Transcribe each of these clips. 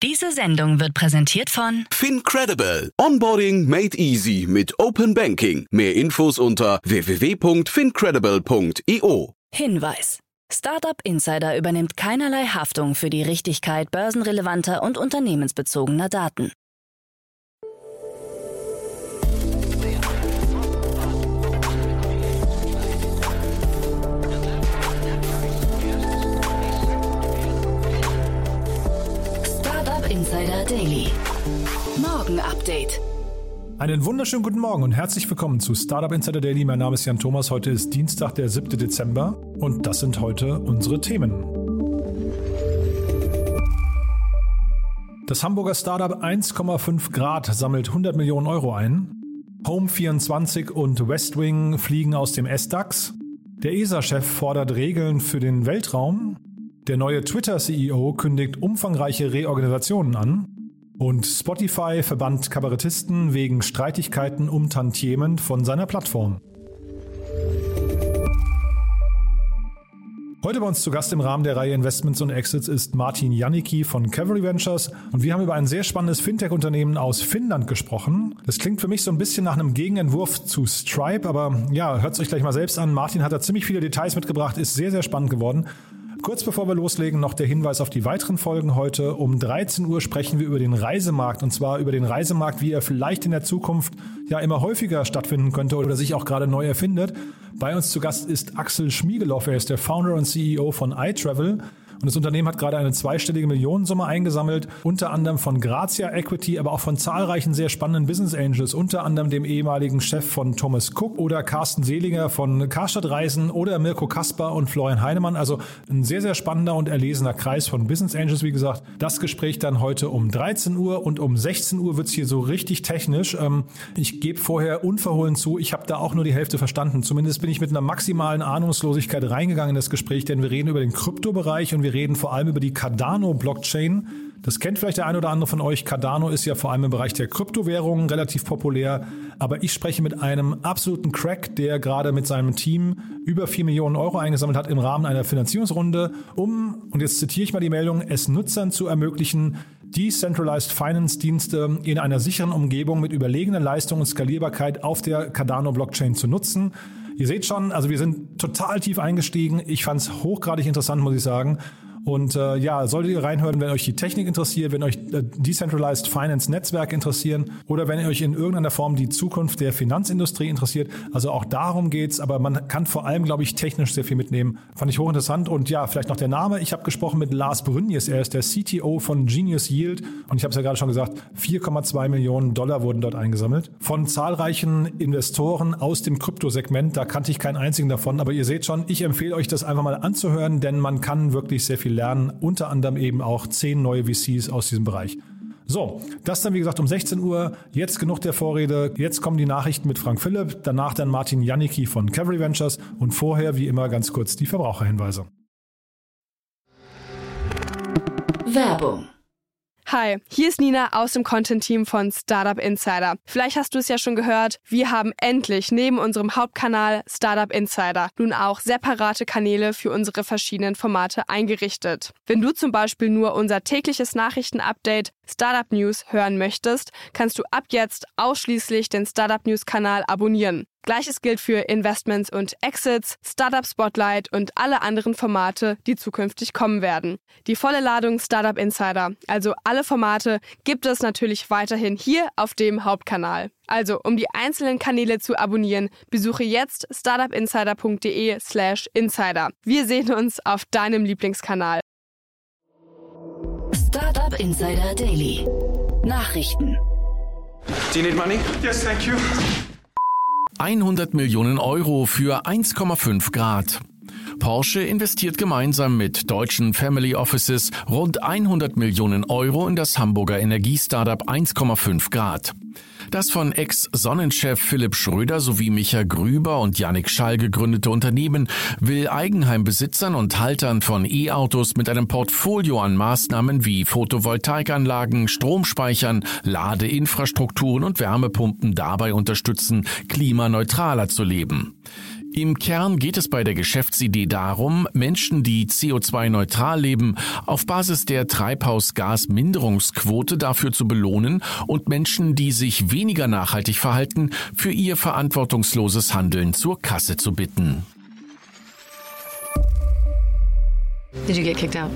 Diese Sendung wird präsentiert von FinCredible. Onboarding made easy mit Open Banking. Mehr Infos unter www.fincredible.io. Hinweis. Startup Insider übernimmt keinerlei Haftung für die Richtigkeit börsenrelevanter und unternehmensbezogener Daten. Startup Insider Daily. Morgen Update. Einen wunderschönen guten Morgen und herzlich willkommen zu Startup Insider Daily. Mein Name ist Jan Thomas. Heute ist Dienstag, der 7. Dezember und das sind heute unsere Themen. Das Hamburger Startup 1,5 Grad sammelt 100 Millionen Euro ein. Home24 und Westwing fliegen aus dem S-DAX. Der ESA-Chef fordert Regeln für den Weltraum. Der neue Twitter-CEO kündigt umfangreiche Reorganisationen an. Und Spotify verbannt Kabarettisten wegen Streitigkeiten um Tantiemen von seiner Plattform. Heute bei uns zu Gast im Rahmen der Reihe Investments und Exits ist Martin Janicki von Cavalry Ventures und wir haben über ein sehr spannendes Fintech-Unternehmen aus Finnland gesprochen. Das klingt für mich so ein bisschen nach einem Gegenentwurf zu Stripe, aber ja, hört es euch gleich mal selbst an. Martin hat da ziemlich viele Details mitgebracht, ist sehr, sehr spannend geworden. Kurz bevor wir loslegen, noch der Hinweis auf die weiteren Folgen heute. Um 13 Uhr sprechen wir über den Reisemarkt und zwar über den Reisemarkt, wie er vielleicht in der Zukunft ja immer häufiger stattfinden könnte oder sich auch gerade neu erfindet. Bei uns zu Gast ist Axel Schmiegeloff, er ist der Founder und CEO von iTravel. Und das Unternehmen hat gerade eine zweistellige Millionensumme eingesammelt, unter anderem von Grazia Equity, aber auch von zahlreichen sehr spannenden Business Angels, unter anderem dem ehemaligen Chef von Thomas Cook oder Carsten Seliger von Karstadt Reisen oder Mirko Kasper und Florian Heinemann. Also ein sehr, sehr spannender und erlesener Kreis von Business Angels, wie gesagt. Das Gespräch dann heute um 13 Uhr und um 16 Uhr wird's hier so richtig technisch. Ich gebe vorher unverhohlen zu, ich habe da auch nur die Hälfte verstanden. Zumindest bin ich mit einer maximalen Ahnungslosigkeit reingegangen in das Gespräch, denn wir reden über den Kryptobereich und wir reden vor allem über die Cardano-Blockchain. Das kennt vielleicht der eine oder andere von euch. Cardano ist ja vor allem im Bereich der Kryptowährungen relativ populär. Aber ich spreche mit einem absoluten Crack, der gerade mit seinem Team über 4 Millionen Euro eingesammelt hat im Rahmen einer Finanzierungsrunde, und jetzt zitiere ich mal die Meldung, es Nutzern zu ermöglichen, Decentralized Finance Dienste in einer sicheren Umgebung mit überlegener Leistung und Skalierbarkeit auf der Cardano-Blockchain zu nutzen. Ihr seht schon, also wir sind total tief eingestiegen. Ich fand es hochgradig interessant, muss ich sagen. Und solltet ihr reinhören, wenn euch die Technik interessiert, wenn euch Decentralized Finance Netzwerke interessieren oder wenn euch in irgendeiner Form die Zukunft der Finanzindustrie interessiert. Also auch darum geht's, aber man kann vor allem, glaube ich, technisch sehr viel mitnehmen. Fand ich hochinteressant. Und ja, vielleicht noch der Name. Ich habe gesprochen mit Lars Brünjes. Er ist der CTO von Genius Yield. Und ich habe es ja gerade schon gesagt, 4,2 Millionen Dollar wurden dort eingesammelt. Von zahlreichen Investoren aus dem Kryptosegment. Da kannte ich keinen einzigen davon. Aber ihr seht schon, ich empfehle euch das einfach mal anzuhören, denn man kann wirklich sehr viel lernen, unter anderem eben auch 10 neue VCs aus diesem Bereich. So, das dann wie gesagt um 16 Uhr. Jetzt genug der Vorrede. Jetzt kommen die Nachrichten mit Frank Philipp, danach dann Martin Janicki von Cavalry Ventures und vorher wie immer ganz kurz die Verbraucherhinweise. Werbung. Hi, hier ist Nina aus dem Content-Team von Startup Insider. Vielleicht hast du es ja schon gehört, wir haben endlich neben unserem Hauptkanal Startup Insider nun auch separate Kanäle für unsere verschiedenen Formate eingerichtet. Wenn du zum Beispiel nur unser tägliches Nachrichtenupdate Startup News hören möchtest, kannst du ab jetzt ausschließlich den Startup News Kanal abonnieren. Gleiches gilt für Investments und Exits, Startup Spotlight und alle anderen Formate, die zukünftig kommen werden. Die volle Ladung Startup Insider, also alle Formate, gibt es natürlich weiterhin hier auf dem Hauptkanal. Also, um die einzelnen Kanäle zu abonnieren, besuche jetzt startupinsider.de/insider. Wir sehen uns auf deinem Lieblingskanal. Startup Insider Daily. Nachrichten. Do you need money? Yes, thank you. 100 Millionen Euro für 1,5 Grad. Porsche investiert gemeinsam mit deutschen Family Offices rund 100 Millionen Euro in das Hamburger Energiestartup 1,5 Grad. Das von Ex-Sonnenchef Philipp Schröder sowie Micha Grüber und Yannick Schall gegründete Unternehmen will Eigenheimbesitzern und Haltern von E-Autos mit einem Portfolio an Maßnahmen wie Photovoltaikanlagen, Stromspeichern, Ladeinfrastrukturen und Wärmepumpen dabei unterstützen, klimaneutraler zu leben. Im Kern geht es bei der Geschäftsidee darum, Menschen, die CO2-neutral leben, auf Basis der Treibhausgasminderungsquote dafür zu belohnen und Menschen, die sich weniger nachhaltig verhalten, für ihr verantwortungsloses Handeln zur Kasse zu bitten. Did you get kicked out?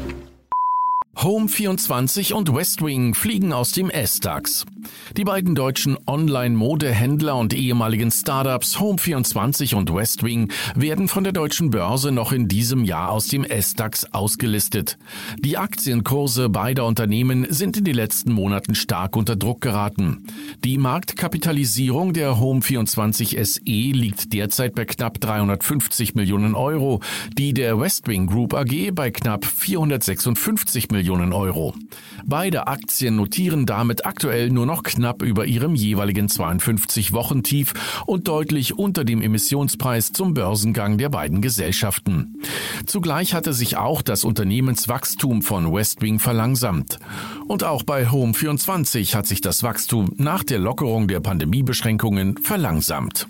Home24 und Westwing fliegen aus dem S-DAX. Die beiden deutschen Online-Modehändler und ehemaligen Startups Home24 und Westwing werden von der deutschen Börse noch in diesem Jahr aus dem S-DAX ausgelistet. Die Aktienkurse beider Unternehmen sind in den letzten Monaten stark unter Druck geraten. Die Marktkapitalisierung der Home24 SE liegt derzeit bei knapp 350 Millionen Euro, die der Westwing Group AG bei knapp 456 Millionen Euro. Beide Aktien notieren damit aktuell nur noch knapp über ihrem jeweiligen 52-Wochen-Tief und deutlich unter dem Emissionspreis zum Börsengang der beiden Gesellschaften. Zugleich hatte sich auch das Unternehmenswachstum von Westwing verlangsamt. Und auch bei Home24 hat sich das Wachstum nach der Lockerung der Pandemiebeschränkungen verlangsamt.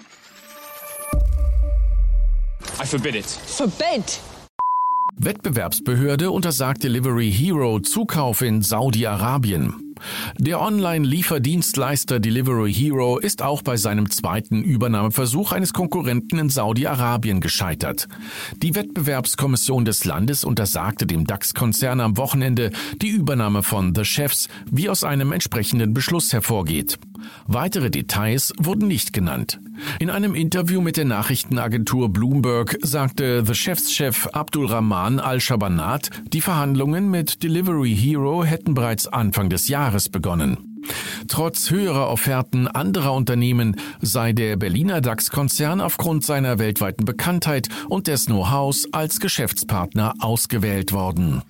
I forbid it. Forbid! Wettbewerbsbehörde untersagt Delivery Hero Zukauf in Saudi-Arabien. Der Online-Lieferdienstleister Delivery Hero ist auch bei seinem zweiten Übernahmeversuch eines Konkurrenten in Saudi-Arabien gescheitert. Die Wettbewerbskommission des Landes untersagte dem DAX-Konzern am Wochenende die Übernahme von The Chefs, wie aus einem entsprechenden Beschluss hervorgeht. Weitere Details wurden nicht genannt. In einem Interview mit der Nachrichtenagentur Bloomberg sagte The Chefs-Chef Abdulrahman Al-Shabanat, die Verhandlungen mit Delivery Hero hätten bereits Anfang des Jahres begonnen. Trotz höherer Offerten anderer Unternehmen sei der Berliner DAX-Konzern aufgrund seiner weltweiten Bekanntheit und des Know-hows als Geschäftspartner ausgewählt worden.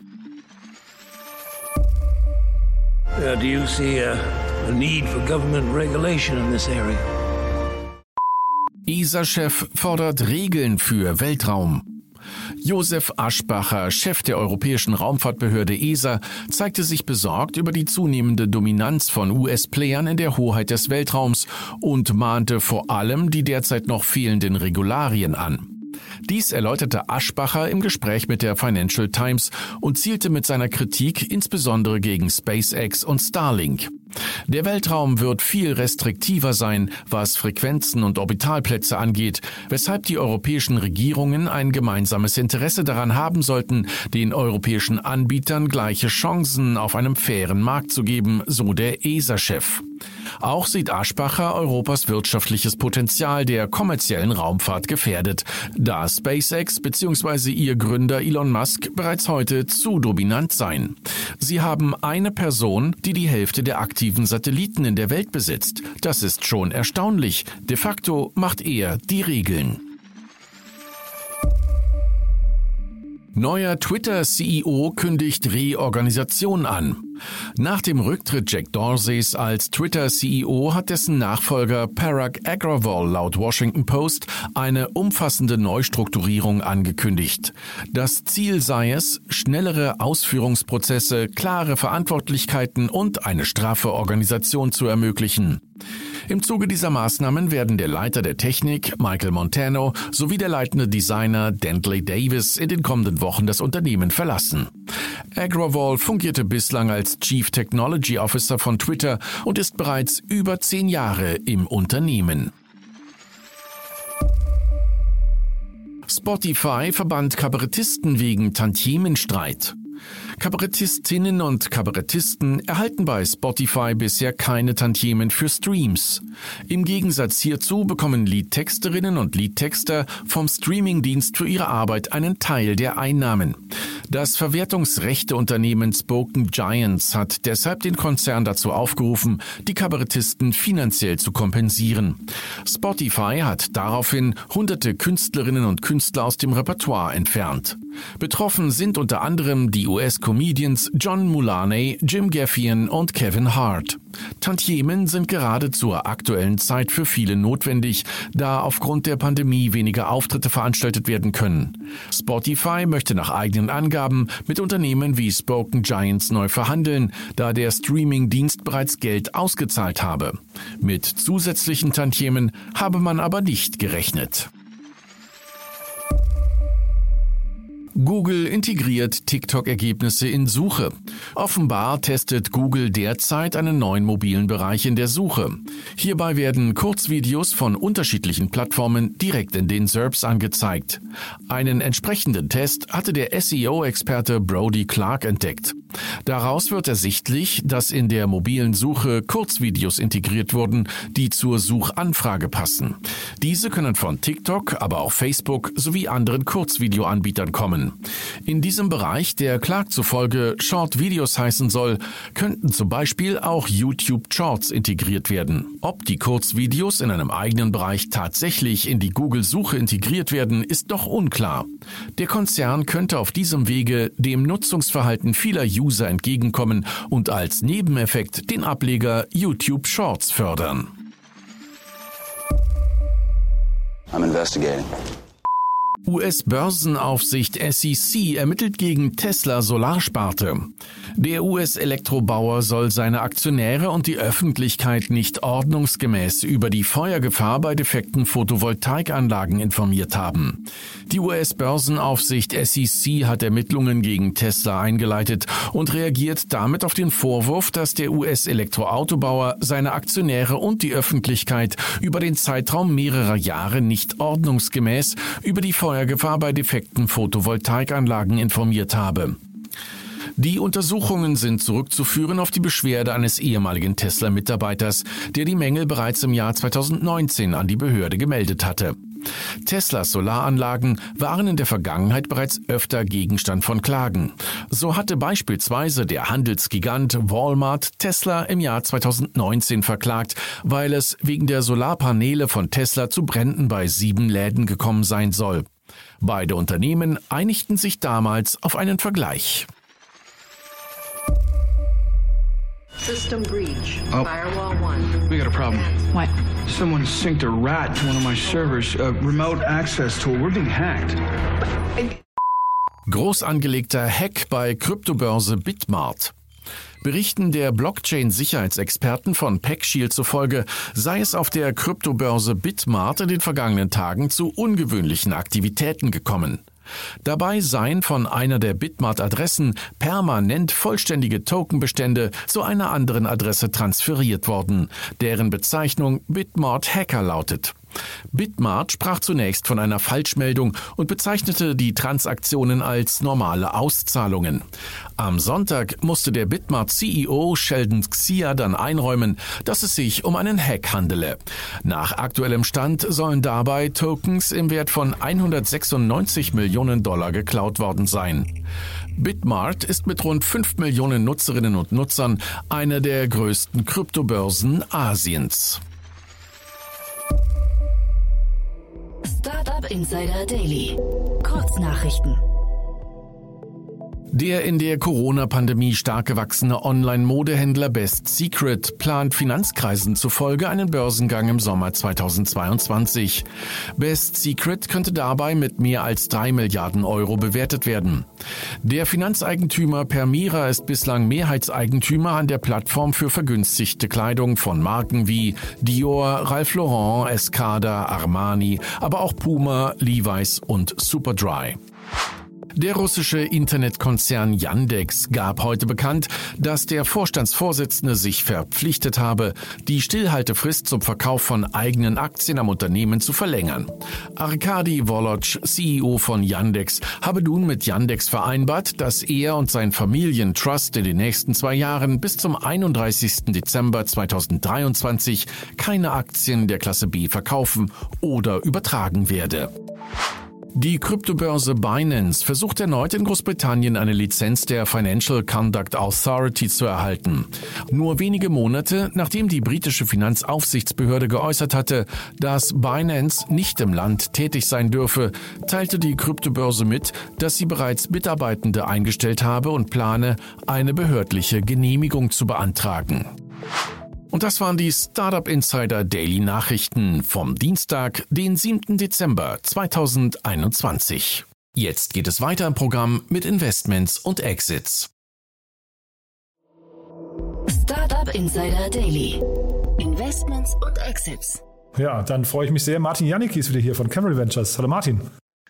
Do you see a need for government regulation in this area? ESA-Chef fordert Regeln für Weltraum. Josef Aschbacher, Chef der Europäischen Raumfahrtbehörde ESA, zeigte sich besorgt über die zunehmende Dominanz von US-Playern in der Hoheit des Weltraums und mahnte vor allem die derzeit noch fehlenden Regularien an. Dies erläuterte Aschbacher im Gespräch mit der Financial Times und zielte mit seiner Kritik insbesondere gegen SpaceX und Starlink. Der Weltraum wird viel restriktiver sein, was Frequenzen und Orbitalplätze angeht, weshalb die europäischen Regierungen ein gemeinsames Interesse daran haben sollten, den europäischen Anbietern gleiche Chancen auf einem fairen Markt zu geben, so der ESA-Chef. Auch sieht Aschbacher Europas wirtschaftliches Potenzial der kommerziellen Raumfahrt gefährdet, da SpaceX bzw. ihr Gründer Elon Musk bereits heute zu dominant seien. Sie haben eine Person, die die Hälfte der aktiven Satelliten in der Welt besitzt. Das ist schon erstaunlich. De facto macht er die Regeln. Neuer Twitter-CEO kündigt Reorganisation an. Nach dem Rücktritt Jack Dorseys als Twitter-CEO hat dessen Nachfolger Parag Agrawal laut Washington Post eine umfassende Neustrukturierung angekündigt. Das Ziel sei es, schnellere Ausführungsprozesse, klare Verantwortlichkeiten und eine straffe Organisation zu ermöglichen. Im Zuge dieser Maßnahmen werden der Leiter der Technik, Michael Montano, sowie der leitende Designer Dentley Davis in den kommenden Wochen das Unternehmen verlassen. Agrawal fungierte bislang als Chief Technology Officer von Twitter und ist bereits über 10 Jahre im Unternehmen. Spotify verbannt Kabarettisten wegen Tantiemenstreit. Kabarettistinnen und Kabarettisten erhalten bei Spotify bisher keine Tantiemen für Streams. Im Gegensatz hierzu bekommen Liedtexterinnen und Liedtexter vom Streamingdienst für ihre Arbeit einen Teil der Einnahmen. Das Verwertungsrechteunternehmen Spoken Giants hat deshalb den Konzern dazu aufgerufen, die Kabarettisten finanziell zu kompensieren. Spotify hat daraufhin hunderte Künstlerinnen und Künstler aus dem Repertoire entfernt. Betroffen sind unter anderem die US-Comedians John Mulaney, Jim Gaffigan und Kevin Hart. Tantiemen sind gerade zur aktuellen Zeit für viele notwendig, da aufgrund der Pandemie weniger Auftritte veranstaltet werden können. Spotify möchte nach eigenen Angaben mit Unternehmen wie Spoken Giants neu verhandeln, da der Streaming-Dienst bereits Geld ausgezahlt habe. Mit zusätzlichen Tantiemen habe man aber nicht gerechnet. Google integriert TikTok-Ergebnisse in Suche. Offenbar testet Google derzeit einen neuen mobilen Bereich in der Suche. Hierbei werden Kurzvideos von unterschiedlichen Plattformen direkt in den SERPs angezeigt. Einen entsprechenden Test hatte der SEO-Experte Brody Clark entdeckt. Daraus wird ersichtlich, dass in der mobilen Suche Kurzvideos integriert wurden, die zur Suchanfrage passen. Diese können von TikTok, aber auch Facebook sowie anderen Kurzvideoanbietern kommen. In diesem Bereich, der Clark zufolge Short Videos heißen soll, könnten zum Beispiel auch YouTube Shorts integriert werden. Ob die Kurzvideos in einem eigenen Bereich tatsächlich in die Google-Suche integriert werden, ist noch unklar. Der Konzern könnte auf diesem Wege dem Nutzungsverhalten vieler User entgegenkommen und als Nebeneffekt den Ableger YouTube Shorts fördern. I'm investigating. US-Börsenaufsicht SEC ermittelt gegen Tesla Solarsparte. Der US-Elektrobauer soll seine Aktionäre und die Öffentlichkeit nicht ordnungsgemäß über die Feuergefahr bei defekten Photovoltaikanlagen informiert haben. Die US-Börsenaufsicht SEC hat Ermittlungen gegen Tesla eingeleitet und reagiert damit auf den Vorwurf, dass der US-Elektroautobauer seine Aktionäre und die Öffentlichkeit über den Zeitraum mehrerer Jahre nicht ordnungsgemäß über die Feuergefahr bei defekten Photovoltaikanlagen informiert habe. Die Untersuchungen sind zurückzuführen auf die Beschwerde eines ehemaligen Tesla-Mitarbeiters, der die Mängel bereits im Jahr 2019 an die Behörde gemeldet hatte. Teslas Solaranlagen waren in der Vergangenheit bereits öfter Gegenstand von Klagen. So hatte beispielsweise der Handelsgigant Walmart Tesla im Jahr 2019 verklagt, weil es wegen der Solarpaneele von Tesla zu Bränden bei 7 Läden gekommen sein soll. Beide Unternehmen einigten sich damals auf einen Vergleich. System breach. Oh. Firewall 1. We got a problem. What? Someone synced a rat to one of my servers. A remote access tool. We're being hacked. Groß angelegter Hack bei Kryptobörse Bitmart. Berichten der Blockchain-Sicherheitsexperten von PackShield zufolge sei es auf der Kryptobörse Bitmart in den vergangenen Tagen zu ungewöhnlichen Aktivitäten gekommen. Dabei seien von einer der Bitmart-Adressen permanent vollständige Tokenbestände zu einer anderen Adresse transferiert worden, deren Bezeichnung Bitmart Hacker lautet. Bitmart sprach zunächst von einer Falschmeldung und bezeichnete die Transaktionen als normale Auszahlungen. Am Sonntag musste der Bitmart-CEO Sheldon Xia dann einräumen, dass es sich um einen Hack handele. Nach aktuellem Stand sollen dabei Tokens im Wert von $196 Millionen geklaut worden sein. Bitmart ist mit rund 5 Millionen Nutzerinnen und Nutzern eine der größten Kryptobörsen Asiens. Startup Insider Daily. Kurznachrichten. Der in der Corona-Pandemie stark gewachsene Online-Modehändler Best Secret plant Finanzkreisen zufolge einen Börsengang im Sommer 2022. Best Secret könnte dabei mit mehr als 3 Milliarden Euro bewertet werden. Der Finanzeigentümer Permira ist bislang Mehrheitseigentümer an der Plattform für vergünstigte Kleidung von Marken wie Dior, Ralph Lauren, Escada, Armani, aber auch Puma, Levi's und Superdry. Der russische Internetkonzern Yandex gab heute bekannt, dass der Vorstandsvorsitzende sich verpflichtet habe, die Stillhaltefrist zum Verkauf von eigenen Aktien am Unternehmen zu verlängern. Arkady Volodsch, CEO von Yandex, habe nun mit Yandex vereinbart, dass er und sein Familientrust in den nächsten 2 Jahren bis zum 31. Dezember 2023 keine Aktien der Klasse B verkaufen oder übertragen werde. Die Kryptobörse Binance versucht erneut in Großbritannien eine Lizenz der Financial Conduct Authority zu erhalten. Nur wenige Monate, nachdem die britische Finanzaufsichtsbehörde geäußert hatte, dass Binance nicht im Land tätig sein dürfe, teilte die Kryptobörse mit, dass sie bereits Mitarbeitende eingestellt habe und plane, eine behördliche Genehmigung zu beantragen. Und das waren die Startup Insider Daily Nachrichten vom Dienstag, den 7. Dezember 2021. Jetzt geht es weiter im Programm mit Investments und Exits. Startup Insider Daily. Investments und Exits. Ja, dann freue ich mich sehr. Martin Janicki ist wieder hier von Cavalry Ventures. Hallo Martin.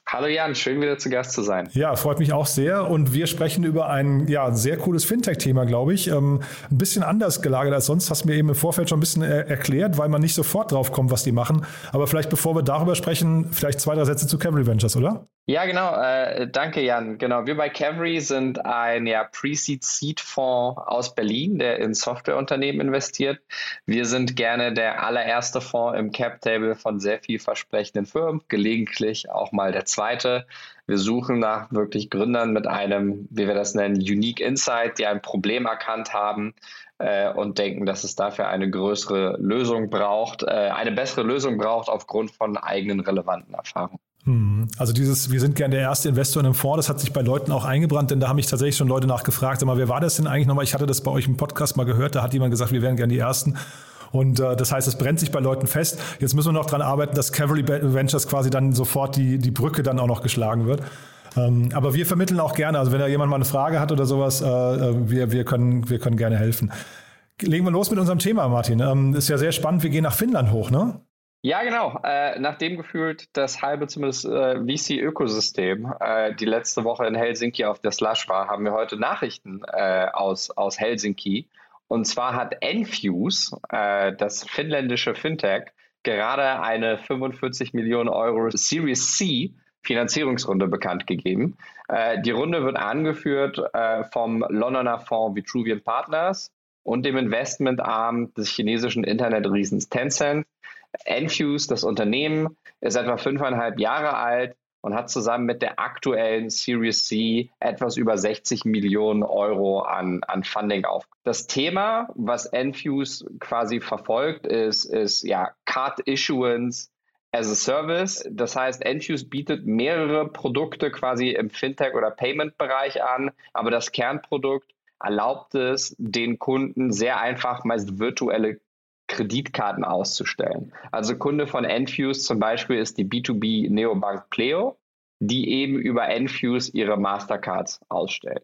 Hallo Jan, schön wieder zu Gast zu sein. Ja, freut mich auch sehr. Und wir sprechen über ein sehr cooles Fintech-Thema, glaube ich. Ein bisschen anders gelagert als sonst. Hast du mir eben im Vorfeld schon ein bisschen erklärt, weil man nicht sofort drauf kommt, was die machen. Aber vielleicht bevor wir darüber sprechen, vielleicht 2-3 Sätze zu Cavalry Ventures, oder? Ja, genau. Danke, Jan. Genau. Wir bei Cavalry sind ein Pre-Seed-Seed-Fonds aus Berlin, der in Softwareunternehmen investiert. Wir sind gerne der allererste Fonds im Cap-Table von sehr vielversprechenden Firmen, gelegentlich auch mal der zweite. Wir suchen nach wirklich Gründern mit einem, wie wir das nennen, Unique Insight, die ein Problem erkannt haben und denken, dass es dafür eine größere Lösung braucht, eine bessere Lösung braucht aufgrund von eigenen relevanten Erfahrungen. Also wir sind gern der erste Investor in einem Fonds, das hat sich bei Leuten auch eingebrannt, denn da haben mich tatsächlich schon Leute nachgefragt, wer war das denn eigentlich nochmal? Ich hatte das bei euch im Podcast mal gehört, da hat jemand gesagt, wir wären gern die Ersten. Und das heißt, es brennt sich bei Leuten fest. Jetzt müssen wir noch dran arbeiten, dass Cavalry Ventures quasi dann sofort die Brücke dann auch noch geschlagen wird. Aber wir vermitteln auch gerne, also wenn da jemand mal eine Frage hat oder sowas, wir können gerne helfen. Legen wir los mit unserem Thema, Martin. Ist ja sehr spannend, wir gehen nach Finnland hoch, ne? Ja, genau. Nachdem gefühlt das halbe zumindest VC-Ökosystem die letzte Woche in Helsinki auf der Slush war, haben wir heute Nachrichten aus Helsinki. Und zwar hat Enfuse, das finnländische Fintech, gerade eine 45 Millionen Euro Series C Finanzierungsrunde bekannt gegeben. Die Runde wird angeführt vom Londoner Fonds Vitruvian Partners und dem Investmentarm des chinesischen Internetriesens Tencent. Enfuse, das Unternehmen, ist etwa 5,5 Jahre alt und hat zusammen mit der aktuellen Series C etwas über 60 Millionen Euro an Funding auf. Das Thema, was Enfuse quasi verfolgt, ist Card Issuance as a Service. Das heißt, Enfuse bietet mehrere Produkte quasi im Fintech- oder Payment-Bereich an, aber das Kernprodukt erlaubt es, den Kunden sehr einfach meist virtuelle Kreditkarten auszustellen. Also Kunde von Enfuse zum Beispiel ist die B2B-Neobank Pleo, die eben über Enfuse ihre Mastercards ausstellt.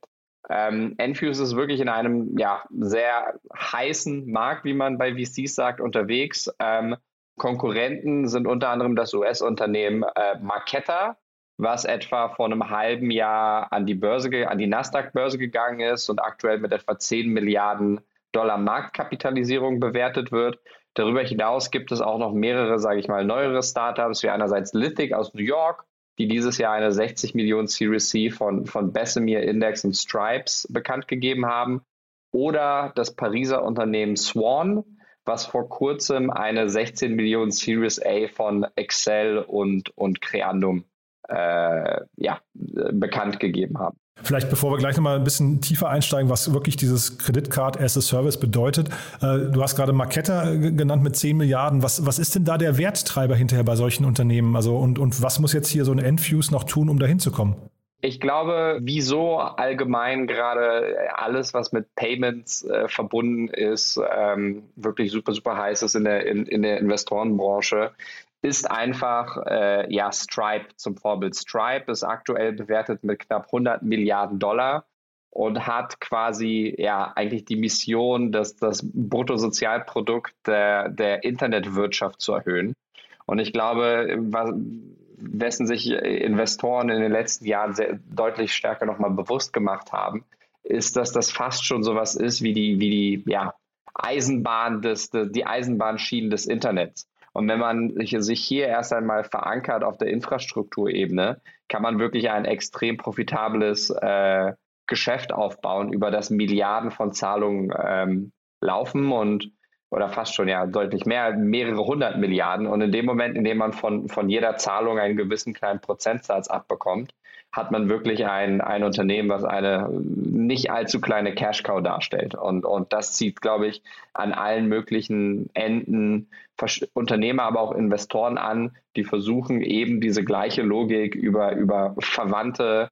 Enfuse ist wirklich in einem sehr heißen Markt, wie man bei VCs sagt, unterwegs. Konkurrenten sind unter anderem das US-Unternehmen Marqeta, was etwa vor einem halben Jahr an die Nasdaq-Börse gegangen ist und aktuell mit etwa 10 Milliarden Dollar Marktkapitalisierung bewertet wird. Darüber hinaus gibt es auch noch mehrere, neuere Startups, wie einerseits Lithic aus New York, die dieses Jahr eine 60 Millionen Series C von Bessemer Index und Stripes bekannt gegeben haben. Oder das Pariser Unternehmen Swan, was vor kurzem eine 16 Millionen Series A von Excel und Creandum bekannt gegeben haben. Vielleicht, bevor wir gleich nochmal ein bisschen tiefer einsteigen, was wirklich dieses Credit Card as a Service bedeutet. Du hast gerade Marqeta genannt mit 10 Milliarden. Was ist denn da der Werttreiber hinterher bei solchen Unternehmen? Also und was muss jetzt hier so ein Enfuse noch tun, um da hinzukommen? Ich glaube, wieso allgemein gerade alles, was mit Payments verbunden ist, wirklich super, super heiß ist in der Investorenbranche, ist einfach Stripe zum Vorbild. Stripe ist aktuell bewertet mit knapp 100 Milliarden Dollar und hat quasi eigentlich die Mission, das Bruttosozialprodukt der Internetwirtschaft zu erhöhen. Und ich glaube, dessen sich Investoren in den letzten Jahren sehr deutlich stärker nochmal bewusst gemacht haben, ist, dass das fast schon sowas ist wie die Eisenbahnschienen des Internets. Und wenn man sich hier erst einmal verankert auf der Infrastrukturebene, kann man wirklich ein extrem profitables Geschäft aufbauen, über das Milliarden von Zahlungen laufen oder fast schon deutlich mehrere 100 Milliarden. Und in dem Moment, in dem man von jeder Zahlung einen gewissen kleinen Prozentsatz abbekommt, hat man wirklich ein Unternehmen, was eine nicht allzu kleine Cash-Cow darstellt. Und das zieht, glaube ich, an allen möglichen Enden Unternehmer, aber auch Investoren an, die versuchen eben diese gleiche Logik über verwandte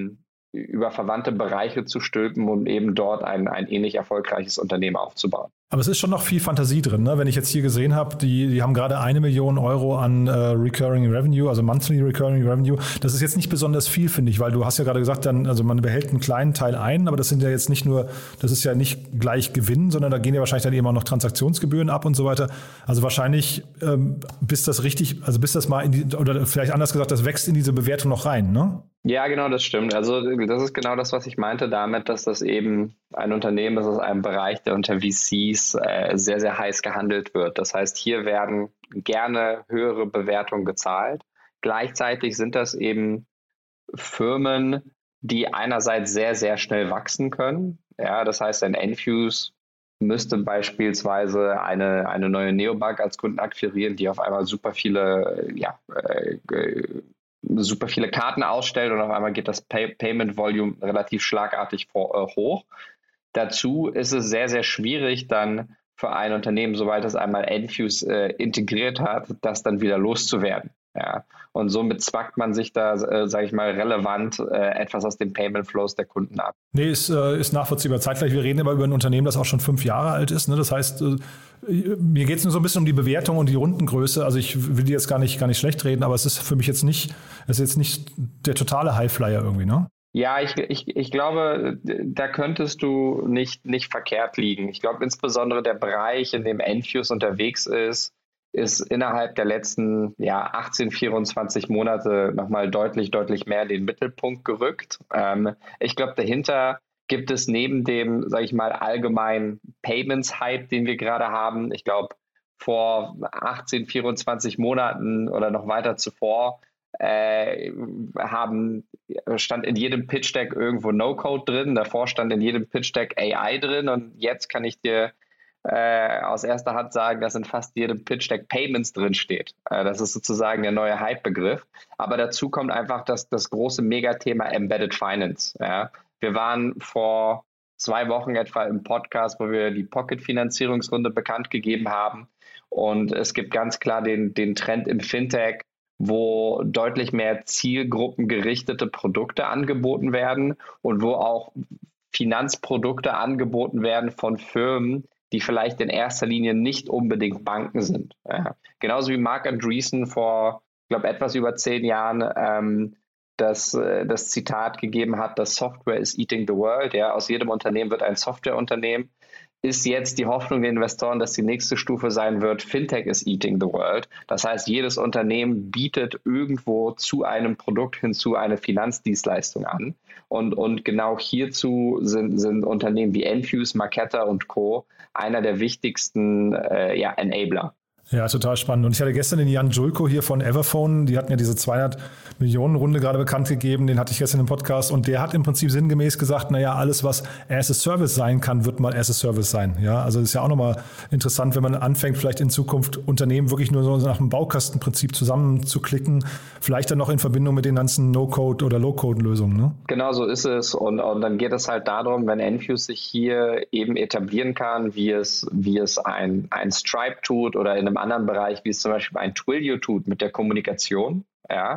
Bereiche zu stülpen, um eben dort ein ähnlich erfolgreiches Unternehmen aufzubauen. Aber es ist schon noch viel Fantasie drin, ne? Wenn ich jetzt hier gesehen habe, die haben gerade 1 Million Euro an Recurring Revenue, also Monthly Recurring Revenue. Das ist jetzt nicht besonders viel, finde ich, weil du hast ja gerade gesagt, also man behält einen kleinen Teil ein, aber das sind ja jetzt nicht nur, das ist ja nicht gleich Gewinn, sondern da gehen ja wahrscheinlich dann eben auch noch Transaktionsgebühren ab und so weiter. Also wahrscheinlich, bis das mal oder vielleicht anders gesagt, das wächst in diese Bewertung noch rein, ne? Ja, genau, das stimmt. Also das ist genau das, was ich meinte damit, dass das eben ein Unternehmen ist aus einem Bereich, der unter VCs sehr, sehr heiß gehandelt wird. Das heißt, hier werden gerne höhere Bewertungen gezahlt. Gleichzeitig sind das eben Firmen, die einerseits sehr, sehr schnell wachsen können. Ja, das heißt, ein Enfuse müsste beispielsweise eine neue Neobank als Kunden akquirieren, die auf einmal super viele Karten ausstellt und auf einmal geht das Payment Volume relativ schlagartig hoch. Dazu ist es sehr, sehr schwierig dann für ein Unternehmen, sobald es einmal Enfuse integriert hat, das dann wieder loszuwerden. Ja. Und somit zwackt man sich da, sage ich mal, relevant etwas aus den Payment Flows der Kunden ab. Nee, ist nachvollziehbar. Zeitgleich, wir reden aber über ein Unternehmen, das auch schon 5 Jahre alt ist. Ne? Das heißt, mir geht es nur so ein bisschen um die Bewertung und die Rundengröße. Also ich will die jetzt gar nicht schlecht reden, aber es ist für mich jetzt nicht der totale Highflyer irgendwie, ne? Ja, ich glaube, da könntest du nicht verkehrt liegen. Ich glaube, insbesondere der Bereich, in dem Enfuse unterwegs ist innerhalb der letzten 18, 24 Monate nochmal deutlich mehr in den Mittelpunkt gerückt. Ich glaube, dahinter gibt es neben dem, sage ich mal, allgemeinen Payments-Hype, den wir gerade haben, ich glaube, vor 18, 24 Monaten oder noch weiter zuvor stand in jedem Pitch-Deck irgendwo No-Code drin, davor stand in jedem Pitch-Deck AI drin und jetzt kann ich dir aus erster Hand sagen, dass in fast jedem Pitch-Deck Payments drin steht. Das ist sozusagen der neue Hype-Begriff. Aber dazu kommt einfach das große Megathema Embedded Finance. Ja. Wir waren vor 2 Wochen etwa im Podcast, wo wir die Pocket-Finanzierungsrunde bekannt gegeben haben. Und es gibt ganz klar den Trend im Fintech, wo deutlich mehr zielgruppengerichtete Produkte angeboten werden und wo auch Finanzprodukte angeboten werden von Firmen, die vielleicht in erster Linie nicht unbedingt Banken sind. Ja. Genauso wie Marc Andreessen vor, ich glaube, etwas über 10 Jahren das Zitat gegeben hat, dass Software is eating the world. Ja. Aus jedem Unternehmen wird ein Softwareunternehmen. Ist jetzt die Hoffnung der Investoren, dass die nächste Stufe sein wird, Fintech is eating the world. Das heißt, jedes Unternehmen bietet irgendwo zu einem Produkt hinzu eine Finanzdienstleistung an. Und genau hierzu sind Unternehmen wie Enfuse, Marqeta und Co. einer der wichtigsten Enabler. Ja, total spannend. Und ich hatte gestern den Jan Julko hier von Everphone, die hatten ja diese 200 Millionen Runde gerade bekannt gegeben, den hatte ich gestern im Podcast und der hat im Prinzip sinngemäß gesagt, naja, alles was as a Service sein kann, wird mal as a Service sein. Ja, also das ist ja auch nochmal interessant, wenn man anfängt, vielleicht in Zukunft Unternehmen wirklich nur so nach dem Baukastenprinzip zusammenzuklicken, vielleicht dann noch in Verbindung mit den ganzen No-Code- oder Low-Code-Lösungen. Ne? Genau so ist es und dann geht es halt darum, wenn Enfuse sich hier eben etablieren kann, wie es ein Stripe tut oder in einem anderen Bereich, wie es zum Beispiel ein Twilio tut mit der Kommunikation, ja,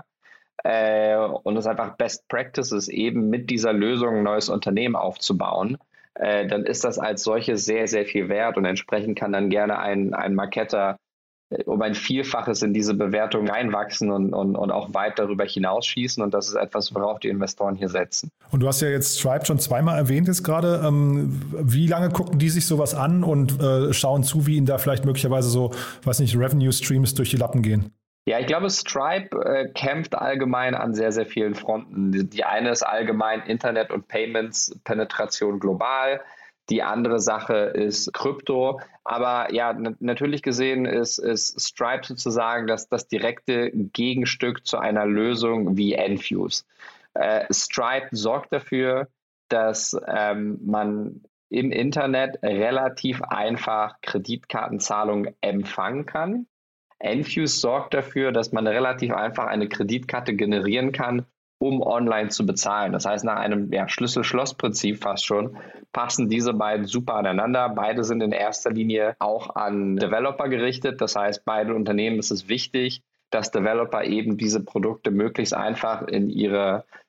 und es einfach Best Practice ist, eben mit dieser Lösung ein neues Unternehmen aufzubauen, dann ist das als solches sehr, sehr viel wert und entsprechend kann dann gerne ein Marqeta um ein Vielfaches in diese Bewertung reinwachsen und auch weit darüber hinausschießen und das ist etwas, worauf die Investoren hier setzen. Und du hast ja jetzt Stripe schon 2-mal erwähnt jetzt gerade. Wie lange gucken die sich sowas an und schauen zu, wie ihnen da vielleicht möglicherweise so, weiß nicht, Revenue-Streams durch die Lappen gehen? Ja, ich glaube, Stripe kämpft allgemein an sehr, sehr vielen Fronten. Die eine ist allgemein Internet- und Payments-Penetration global. Die andere Sache ist Krypto. Aber ja, natürlich gesehen ist Stripe sozusagen das direkte Gegenstück zu einer Lösung wie Enfuse. Stripe sorgt dafür, dass man im Internet relativ einfach Kreditkartenzahlungen empfangen kann. Enfuse sorgt dafür, dass man relativ einfach eine Kreditkarte generieren kann, um online zu bezahlen. Das heißt, nach einem Schlüssel-Schloss-Prinzip fast schon, passen diese beiden super aneinander. Beide sind in erster Linie auch an Developer gerichtet. Das heißt, beide Unternehmen ist es wichtig, dass Developer eben diese Produkte möglichst einfach in ihre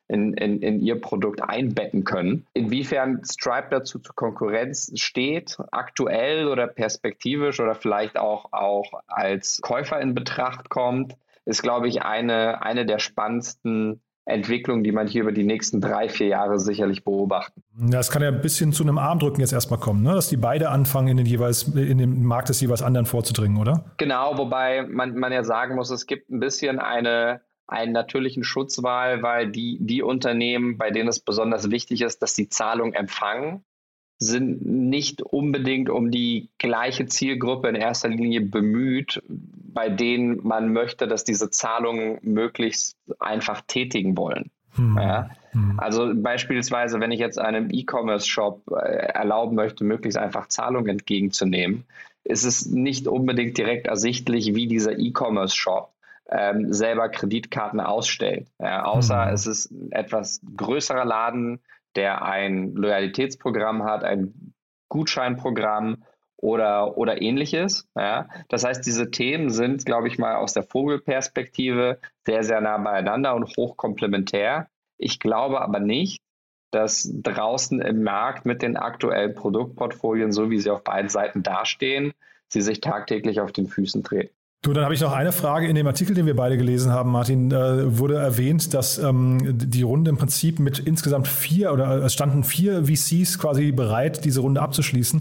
in ihr Produkt einbetten können. Inwiefern Stripe dazu zur Konkurrenz steht, aktuell oder perspektivisch oder vielleicht auch als Käufer in Betracht kommt, ist, glaube ich, eine der spannendsten Entwicklungen, die man hier über die nächsten 3-4 Jahre sicherlich beobachten. Ja, es kann ja ein bisschen zu einem Armdrücken jetzt erstmal kommen, ne? Dass die beide anfangen, in den Markt des jeweils anderen vorzudringen, oder? Genau, wobei man ja sagen muss, es gibt ein bisschen einen natürlichen Schutzwall, weil die Unternehmen, bei denen es besonders wichtig ist, dass die Zahlung empfangen, sind nicht unbedingt um die gleiche Zielgruppe in erster Linie bemüht, bei denen man möchte, dass diese Zahlungen möglichst einfach tätigen wollen. Ja? Also beispielsweise, wenn ich jetzt einem E-Commerce-Shop erlauben möchte, möglichst einfach Zahlungen entgegenzunehmen, ist es nicht unbedingt direkt ersichtlich, wie dieser E-Commerce-Shop selber Kreditkarten ausstellt. Ja? Außer es ist ein etwas größerer Laden, der ein Loyalitätsprogramm hat, ein Gutscheinprogramm oder ähnliches. Ja. Das heißt, diese Themen sind, glaube ich mal, aus der Vogelperspektive sehr, sehr nah beieinander und hoch komplementär. Ich glaube aber nicht, dass draußen im Markt mit den aktuellen Produktportfolien, so wie sie auf beiden Seiten dastehen, sie sich tagtäglich auf den Füßen treten. Du, dann habe ich noch eine Frage. In dem Artikel, den wir beide gelesen haben, Martin, wurde erwähnt, dass die Runde im Prinzip mit insgesamt 4 oder es standen 4 VCs quasi bereit, diese Runde abzuschließen.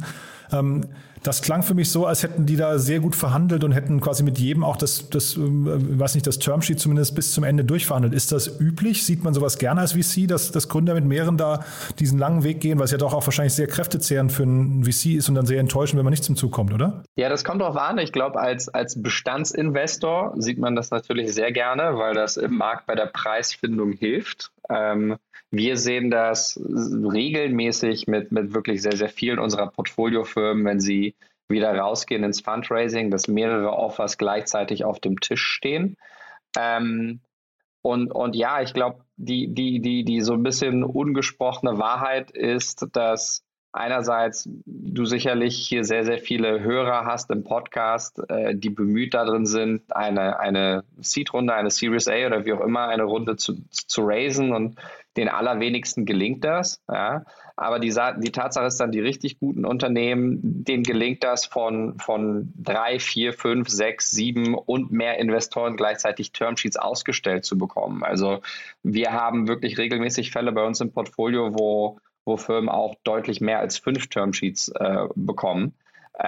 Das klang für mich so, als hätten die da sehr gut verhandelt und hätten quasi mit jedem auch das Termsheet zumindest bis zum Ende durchverhandelt. Ist das üblich? Sieht man sowas gerne als VC, dass Gründer mit mehreren da diesen langen Weg gehen, weil es ja doch auch wahrscheinlich sehr kräftezehrend für einen VC ist und dann sehr enttäuschend, wenn man nicht zum Zug kommt, oder? Ja, das kommt drauf an. Ich glaube, als Bestandsinvestor sieht man das natürlich sehr gerne, weil das im Markt bei der Preisfindung hilft. Wir sehen das regelmäßig mit wirklich sehr, sehr vielen unserer Portfoliofirmen, wenn sie wieder rausgehen ins Fundraising, dass mehrere Offers gleichzeitig auf dem Tisch stehen. Und ja, ich glaube, die so ein bisschen ungesprochene Wahrheit ist, dass einerseits du sicherlich hier sehr, sehr viele Hörer hast im Podcast, die bemüht darin sind, eine Seed-Runde, eine Series A oder wie auch immer, eine Runde zu raisen, und den allerwenigsten gelingt das. Ja. Aber die Tatsache ist dann, die richtig guten Unternehmen, denen gelingt das von 3, 4, 5, 6, 7 und mehr Investoren gleichzeitig Termsheets ausgestellt zu bekommen. Also wir haben wirklich regelmäßig Fälle bei uns im Portfolio, wo Firmen auch deutlich mehr als 5 Termsheets bekommen.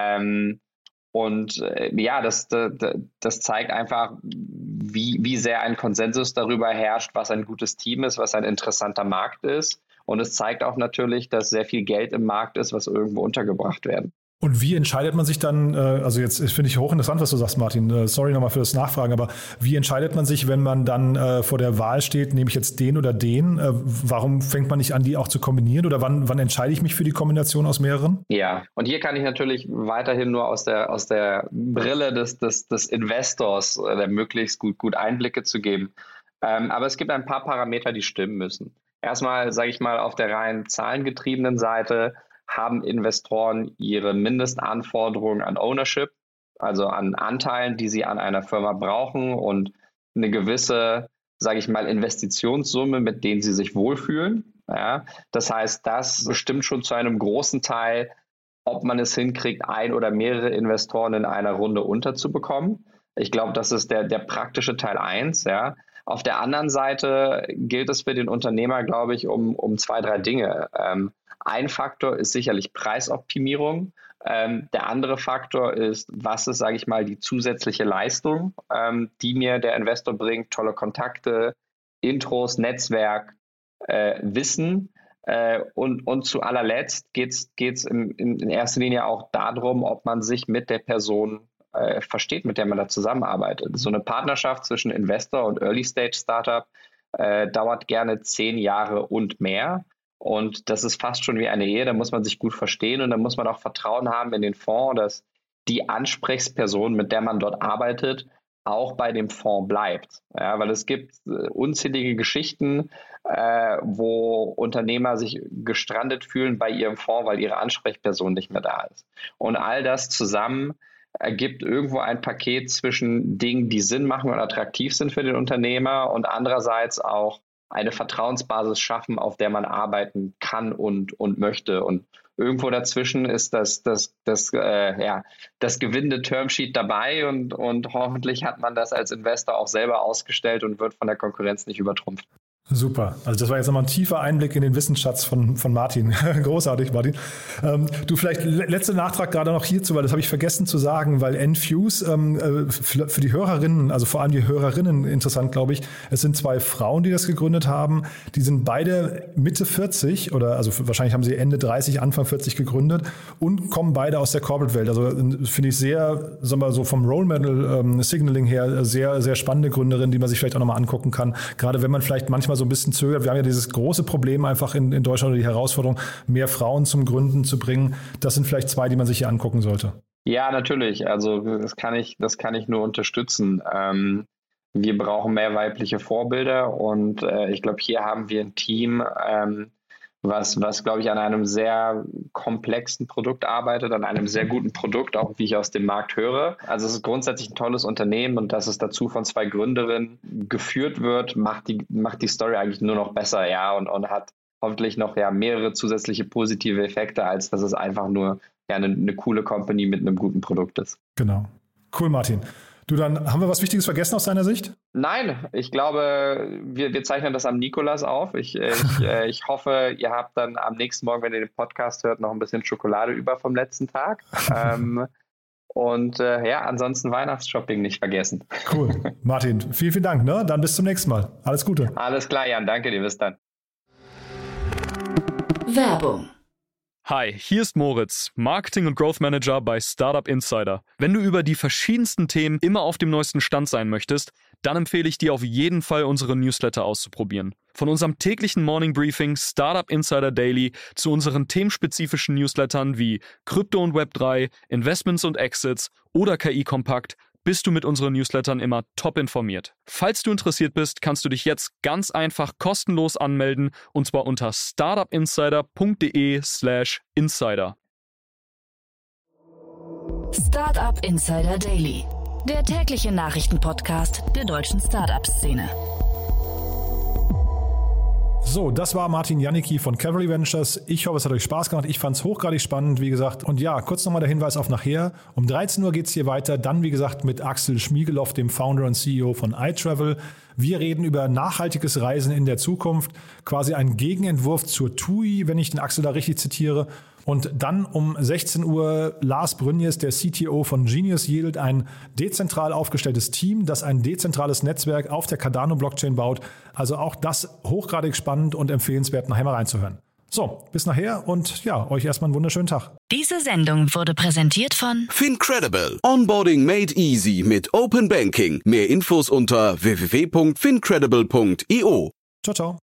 Das zeigt einfach, wie sehr ein Konsensus darüber herrscht, was ein gutes Team ist, was ein interessanter Markt ist. Und es zeigt auch natürlich, dass sehr viel Geld im Markt ist, was irgendwo untergebracht werden. Und wie entscheidet man sich dann, also jetzt finde ich hochinteressant, was du sagst, Martin, sorry nochmal für das Nachfragen, aber wie entscheidet man sich, wenn man dann vor der Wahl steht, nehme ich jetzt den oder den? Warum fängt man nicht an, die auch zu kombinieren, oder wann entscheide ich mich für die Kombination aus mehreren? Ja, und hier kann ich natürlich weiterhin nur aus der Brille des Investors möglichst gut Einblicke zu geben. Aber es gibt ein paar Parameter, die stimmen müssen. Erstmal, sage ich mal, auf der rein zahlengetriebenen Seite haben Investoren ihre Mindestanforderungen an Ownership, also an Anteilen, die sie an einer Firma brauchen, und eine gewisse, sage ich mal, Investitionssumme, mit denen sie sich wohlfühlen. Ja, das heißt, das bestimmt schon zu einem großen Teil, ob man es hinkriegt, ein oder mehrere Investoren in einer Runde unterzubekommen. Ich glaube, das ist der praktische Teil 1. Ja. Auf der anderen Seite gilt es für den Unternehmer, glaube ich, um 2, 3 Dinge. Ein Faktor ist sicherlich Preisoptimierung. Der andere Faktor ist, was ist, sage ich mal, die zusätzliche Leistung, die mir der Investor bringt: tolle Kontakte, Intros, Netzwerk, Wissen. Und zu allerletzt geht's in erster Linie auch darum, ob man sich mit der Person versteht, mit der man da zusammenarbeitet. So eine Partnerschaft zwischen Investor und Early-Stage-Startup dauert gerne 10 Jahre und mehr. Und das ist fast schon wie eine Ehe, da muss man sich gut verstehen, und da muss man auch Vertrauen haben in den Fonds, dass die Ansprechperson, mit der man dort arbeitet, auch bei dem Fonds bleibt. Ja, weil es gibt unzählige Geschichten, wo Unternehmer sich gestrandet fühlen bei ihrem Fonds, weil ihre Ansprechperson nicht mehr da ist. Und all das zusammen ergibt irgendwo ein Paket zwischen Dingen, die Sinn machen und attraktiv sind für den Unternehmer, und andererseits auch eine Vertrauensbasis schaffen, auf der man arbeiten kann und möchte. Und irgendwo dazwischen ist das gewinnende Termsheet dabei und hoffentlich hat man das als Investor auch selber ausgestellt und wird von der Konkurrenz nicht übertrumpft. Super. Also das war jetzt nochmal ein tiefer Einblick in den Wissensschatz von Martin. Großartig, Martin. Du, vielleicht letzter Nachtrag gerade noch hierzu, weil das habe ich vergessen zu sagen, weil Enfuse für die Hörerinnen, also vor allem die Hörerinnen interessant, glaube ich, es sind 2 Frauen, die das gegründet haben. Die sind beide Mitte 40 oder also wahrscheinlich haben sie Ende 30, Anfang 40 gegründet und kommen beide aus der Corporate-Welt. Also finde ich sehr, sagen wir so vom Role Model Signaling her sehr, sehr spannende Gründerin, die man sich vielleicht auch nochmal angucken kann. Gerade wenn man vielleicht manchmal so ein bisschen zögert. Wir haben ja dieses große Problem einfach in Deutschland, oder die Herausforderung, mehr Frauen zum Gründen zu bringen. Das sind vielleicht 2, die man sich hier angucken sollte. Ja, natürlich. Also das kann ich nur unterstützen. Wir brauchen mehr weibliche Vorbilder und ich glaube, hier haben wir ein Team, was glaube ich, an einem sehr komplexen Produkt arbeitet, an einem sehr guten Produkt, auch wie ich aus dem Markt höre. Also es ist grundsätzlich ein tolles Unternehmen und dass es dazu von 2 Gründerinnen geführt wird, macht die Story eigentlich nur noch besser, ja, und hat hoffentlich noch mehrere zusätzliche positive Effekte, als dass es einfach nur eine coole Company mit einem guten Produkt ist. Genau. Cool, Martin. Du, dann haben wir was Wichtiges vergessen aus deiner Sicht? Nein, ich glaube, wir zeichnen das am Nikolas auf. Ich hoffe, ihr habt dann am nächsten Morgen, wenn ihr den Podcast hört, noch ein bisschen Schokolade über vom letzten Tag. Ansonsten Weihnachtsshopping nicht vergessen. Cool. Martin, vielen, vielen Dank. Ne? Dann bis zum nächsten Mal. Alles Gute. Alles klar, Jan. Danke dir. Bis dann. Werbung. Hi, hier ist Moritz, Marketing- und Growth Manager bei Startup Insider. Wenn du über die verschiedensten Themen immer auf dem neuesten Stand sein möchtest, dann empfehle ich dir auf jeden Fall, unsere Newsletter auszuprobieren. Von unserem täglichen Morning Briefing Startup Insider Daily zu unseren themenspezifischen Newslettern wie Krypto und Web3, Investments und Exits oder KI Kompakt, bist du mit unseren Newslettern immer top informiert. Falls du interessiert bist, kannst du dich jetzt ganz einfach kostenlos anmelden und zwar unter startupinsider.de/insider. Startup Insider Daily, der tägliche Nachrichtenpodcast der deutschen Startup-Szene. So, das war Martin Janicki von Cavalry Ventures. Ich hoffe, es hat euch Spaß gemacht. Ich fand es hochgradig spannend, wie gesagt. Und ja, kurz nochmal der Hinweis auf nachher. Um 13 Uhr geht es hier weiter. Dann, wie gesagt, mit Axel Schmiegeloff, dem Founder und CEO von iTravel. Wir reden über nachhaltiges Reisen in der Zukunft. Quasi ein Gegenentwurf zur TUI, wenn ich den Axel da richtig zitiere. Und dann um 16 Uhr Lars Brünjes, der CTO von Genius Yield, ein dezentral aufgestelltes Team, das ein dezentrales Netzwerk auf der Cardano-Blockchain baut. Also auch das hochgradig spannend und empfehlenswert, nachher mal reinzuhören. So, bis nachher und ja, euch erstmal einen wunderschönen Tag. Diese Sendung wurde präsentiert von FinCredible. Onboarding made easy mit Open Banking. Mehr Infos unter www.fincredible.io. Ciao, ciao.